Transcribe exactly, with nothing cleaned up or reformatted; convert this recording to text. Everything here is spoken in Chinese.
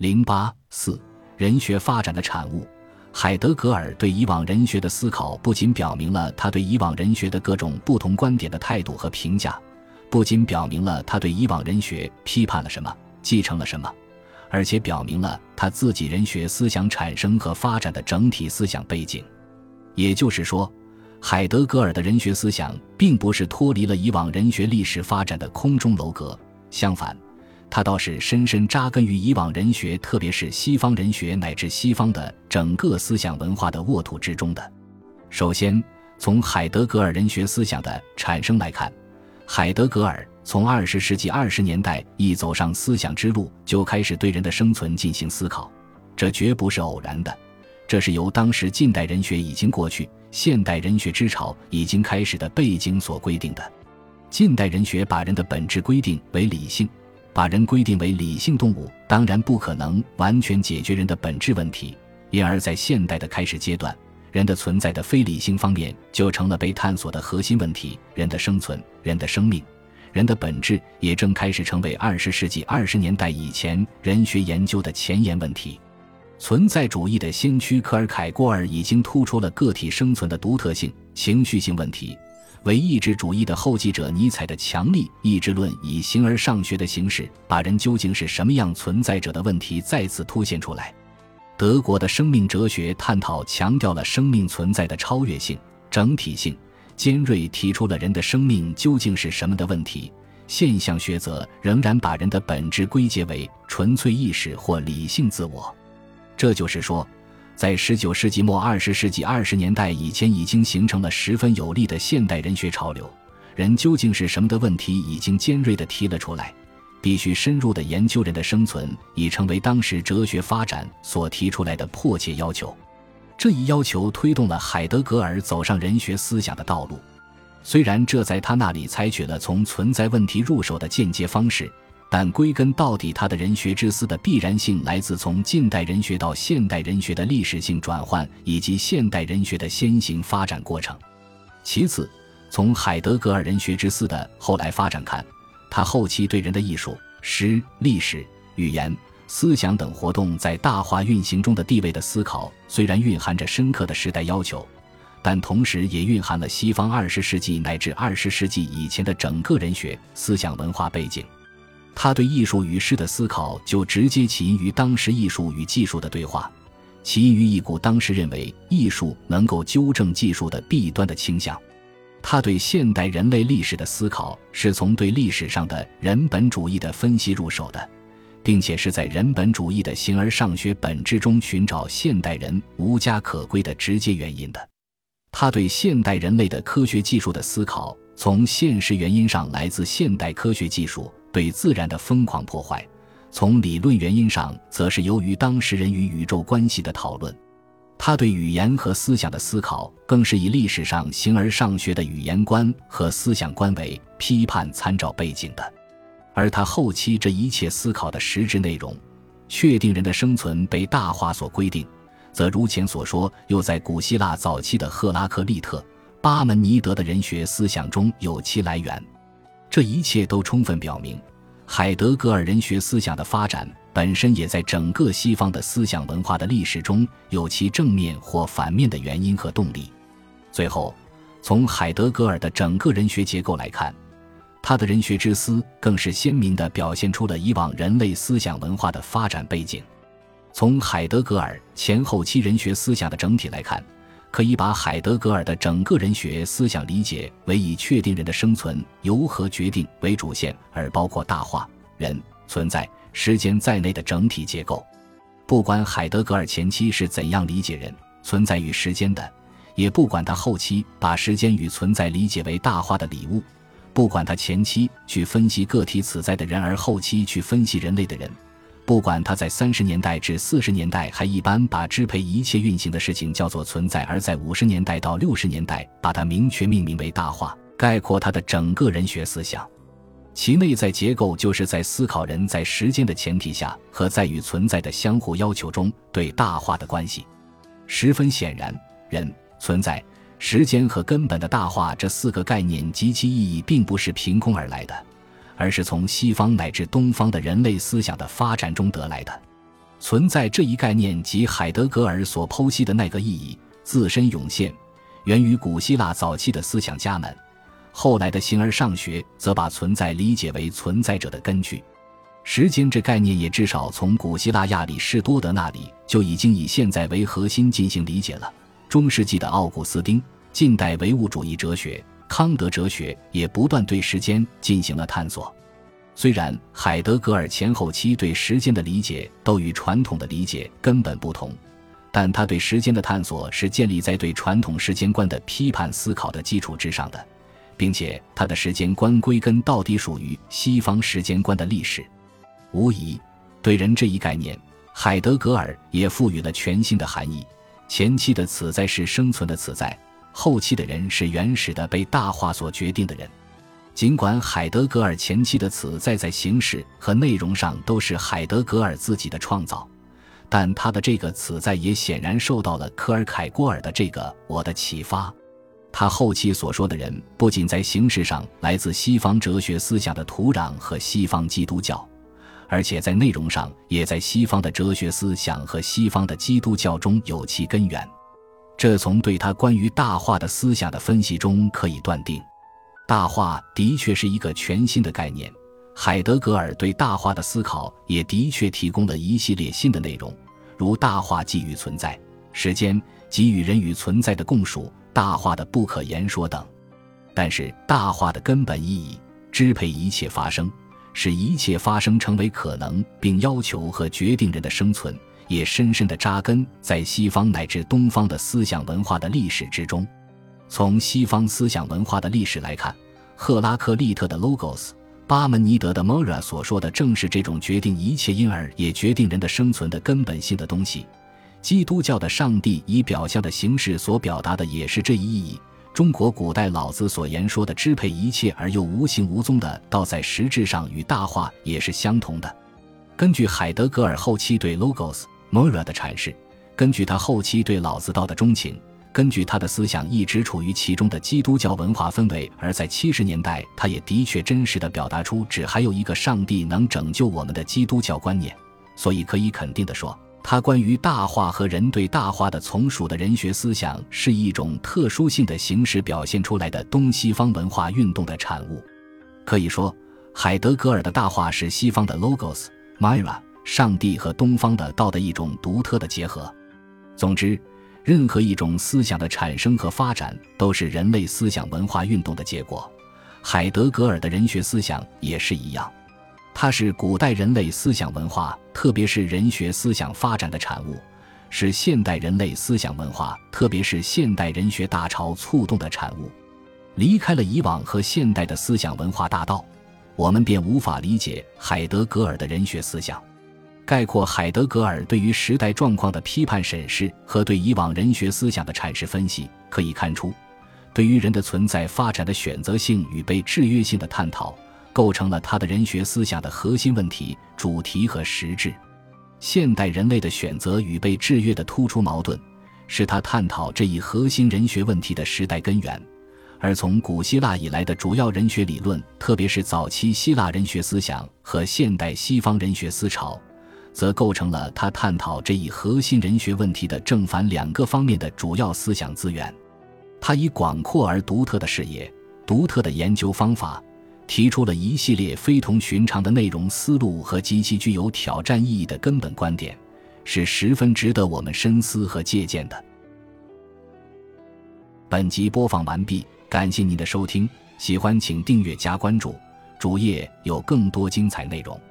零八四人学发展的产物。海德格尔对以往人学的思考不仅表明了他对以往人学的各种不同观点的态度和评价，不仅表明了他对以往人学批判了什么，继承了什么，而且表明了他自己人学思想产生和发展的整体思想背景。也就是说，海德格尔的人学思想并不是脱离了以往人学历史发展的空中楼阁，相反，它倒是深深扎根于以往人学，特别是西方人学乃至西方的整个思想文化的沃土之中的。首先，从海德格尔人学思想的产生来看，海德格尔从二十世纪二十年代一走上思想之路，就开始对人的生存进行思考，这绝不是偶然的，这是由当时近代人学已经过去，现代人学之潮已经开始的背景所规定的。近代人学把人的本质规定为理性，把人规定为理性动物，当然不可能完全解决人的本质问题，因而在现代的开始阶段，人的存在的非理性方面就成了被探索的核心问题，人的生存、人的生命、人的本质也正开始成为二十世纪二十年代以前人学研究的前沿问题。存在主义的先驱科尔凯郭尔已经突出了个体生存的独特性、情绪性问题，唯意志主义的后继者尼采的强力意志论以形而上学的形式，把人究竟是什么样存在者的问题再次凸显出来。德国的生命哲学探讨强调了生命存在的超越性、整体性，尖锐提出了人的生命究竟是什么的问题。现象学则仍然把人的本质归结为纯粹意识或理性自我。这就是说，在十九世纪末二十世纪二十年代以前已经形成了十分有力的现代人学潮流，人究竟是什么的问题已经尖锐地提了出来，必须深入地研究人的生存，已成为当时哲学发展所提出来的迫切要求。这一要求推动了海德格尔走上人学思想的道路，虽然这在他那里采取了从存在问题入手的间接方式，但归根到底，他的人学之思的必然性来自从近代人学到现代人学的历史性转换，以及现代人学的先行发展过程。其次，从海德格尔人学之思的后来发展看，他后期对人的艺术、诗、历史、语言、思想等活动在大化运行中的地位的思考，虽然蕴含着深刻的时代要求，但同时也蕴含了西方二十世纪乃至二十世纪以前的整个人学思想文化背景。他对艺术与诗的思考就直接起因于当时艺术与技术的对话，起因于一股当时认为艺术能够纠正技术的弊端的倾向。他对现代人类历史的思考是从对历史上的人本主义的分析入手的，并且是在人本主义的形而上学本质中寻找现代人无家可归的直接原因的。他对现代人类的科学技术的思考从现实原因上来自现代科学技术对自然的疯狂破坏，从理论原因上则是由于当时人与宇宙关系的讨论。他对语言和思想的思考更是以历史上形而上学的语言观和思想观为批判参照背景的。而他后期这一切思考的实质内容，确定人的生存被大化所规定，则如前所说，又在古希腊早期的赫拉克利特、巴门尼德的人学思想中有其来源。这一切都充分表明，海德格尔人学思想的发展本身也在整个西方的思想文化的历史中有其正面或反面的原因和动力。最后，从海德格尔的整个人学结构来看，他的人学之思更是鲜明地表现出了以往人类思想文化的发展背景。从海德格尔前后期人学思想的整体来看，可以把海德格尔的整个人学思想理解为以确定人的生存由何决定为主线，而包括大化、人、存在、时间在内的整体结构。不管海德格尔前期是怎样理解人、存在与时间的，也不管他后期把时间与存在理解为大化的礼物，不管他前期去分析个体此在的人，而后期去分析人类的人，不管他在三十年代至四十年代还一般把支配一切运行的事情叫做存在，而在五十年代到六十年代把它明确命名为大化，概括他的整个人学思想。其内在结构就是在思考人在时间的前提下和在与存在的相互要求中对大化的关系。十分显然，人、存在、时间和根本的大化这四个概念及其意义并不是凭空而来的，而是从西方乃至东方的人类思想的发展中得来的。 存在这一概念及海德格尔所剖析的那个意义自身涌现，源于古希腊早期的思想家们，后来的形而上学则把存在理解为存在者的根据。时间这概念也至少从古希腊亚里士多德那里就已经以现在为核心进行理解了。中世纪的奥古斯丁，近代唯物主义哲学，康德哲学也不断对时间进行了探索。虽然海德格尔前后期对时间的理解都与传统的理解根本不同，但他对时间的探索是建立在对传统时间观的批判思考的基础之上的，并且他的时间观归根到底属于西方时间观的历史。无疑，对人这一概念，海德格尔也赋予了全新的含义。前期的此在是生存的此在，后期的人是原始的被大化所决定的人。尽管海德格尔前期的此在在形式和内容上都是海德格尔自己的创造，但他的这个此在也显然受到了科尔凯郭尔的这个我的启发。他后期所说的人不仅在形式上来自西方哲学思想的土壤和西方基督教，而且在内容上也在西方的哲学思想和西方的基督教中有其根源。这从对他关于大化的思想的分析中可以断定。大化的确是一个全新的概念，海德格尔对大化的思考也的确提供了一系列新的内容，如大化基于存在、时间给予人与存在的共属、大化的不可言说等。但是大化的根本意义，支配一切发生，使一切发生成为可能，并要求和决定人的生存，也深深地扎根在西方乃至东方的思想文化的历史之中。从西方思想文化的历史来看，赫拉克利特的 Logos， 巴门尼德的 Mora 所说的正是这种决定一切因而也决定人的生存的根本性的东西。基督教的上帝以表象的形式所表达的也是这一意义。中国古代老子所言说的支配一切而又无形无踪的道，在实质上与大化也是相同的。根据海德格尔后期对 Logos Mora 的阐释，根据他后期对老子道的钟情，根据他的思想一直处于其中的基督教文化氛围，而在七十年代他也的确真实地表达出只还有一个上帝能拯救我们的基督教观念。所以可以肯定地说，他关于大化和人对大化的从属的人学思想是一种特殊性的形式表现出来的东西方文化运动的产物。可以说，海德格尔的大化是西方的 Logos Mira 上帝和东方的道的一种独特的结合。总之，任何一种思想的产生和发展都是人类思想文化运动的结果。海德格尔的人学思想也是一样，它是古代人类思想文化，特别是人学思想发展的产物，是现代人类思想文化，特别是现代人学大潮促动的产物。离开了以往和现代的思想文化大道，我们便无法理解海德格尔的人学思想。概括海德格尔对于时代状况的批判审视和对以往人学思想的阐释分析，可以看出，对于人的存在发展的选择性与被制约性的探讨，构成了他的人学思想的核心问题、主题和实质。现代人类的选择与被制约的突出矛盾，是他探讨这一核心人学问题的时代根源。而从古希腊以来的主要人学理论，特别是早期希腊人学思想和现代西方人学思潮，则构成了他探讨这一核心人学问题的正反两个方面的主要思想资源。他以广阔而独特的视野、独特的研究方法，提出了一系列非同寻常的内容思路和极其具有挑战意义的根本观点，是十分值得我们深思和借鉴的。本集播放完毕，感谢您的收听，喜欢请订阅加关注，主页有更多精彩内容。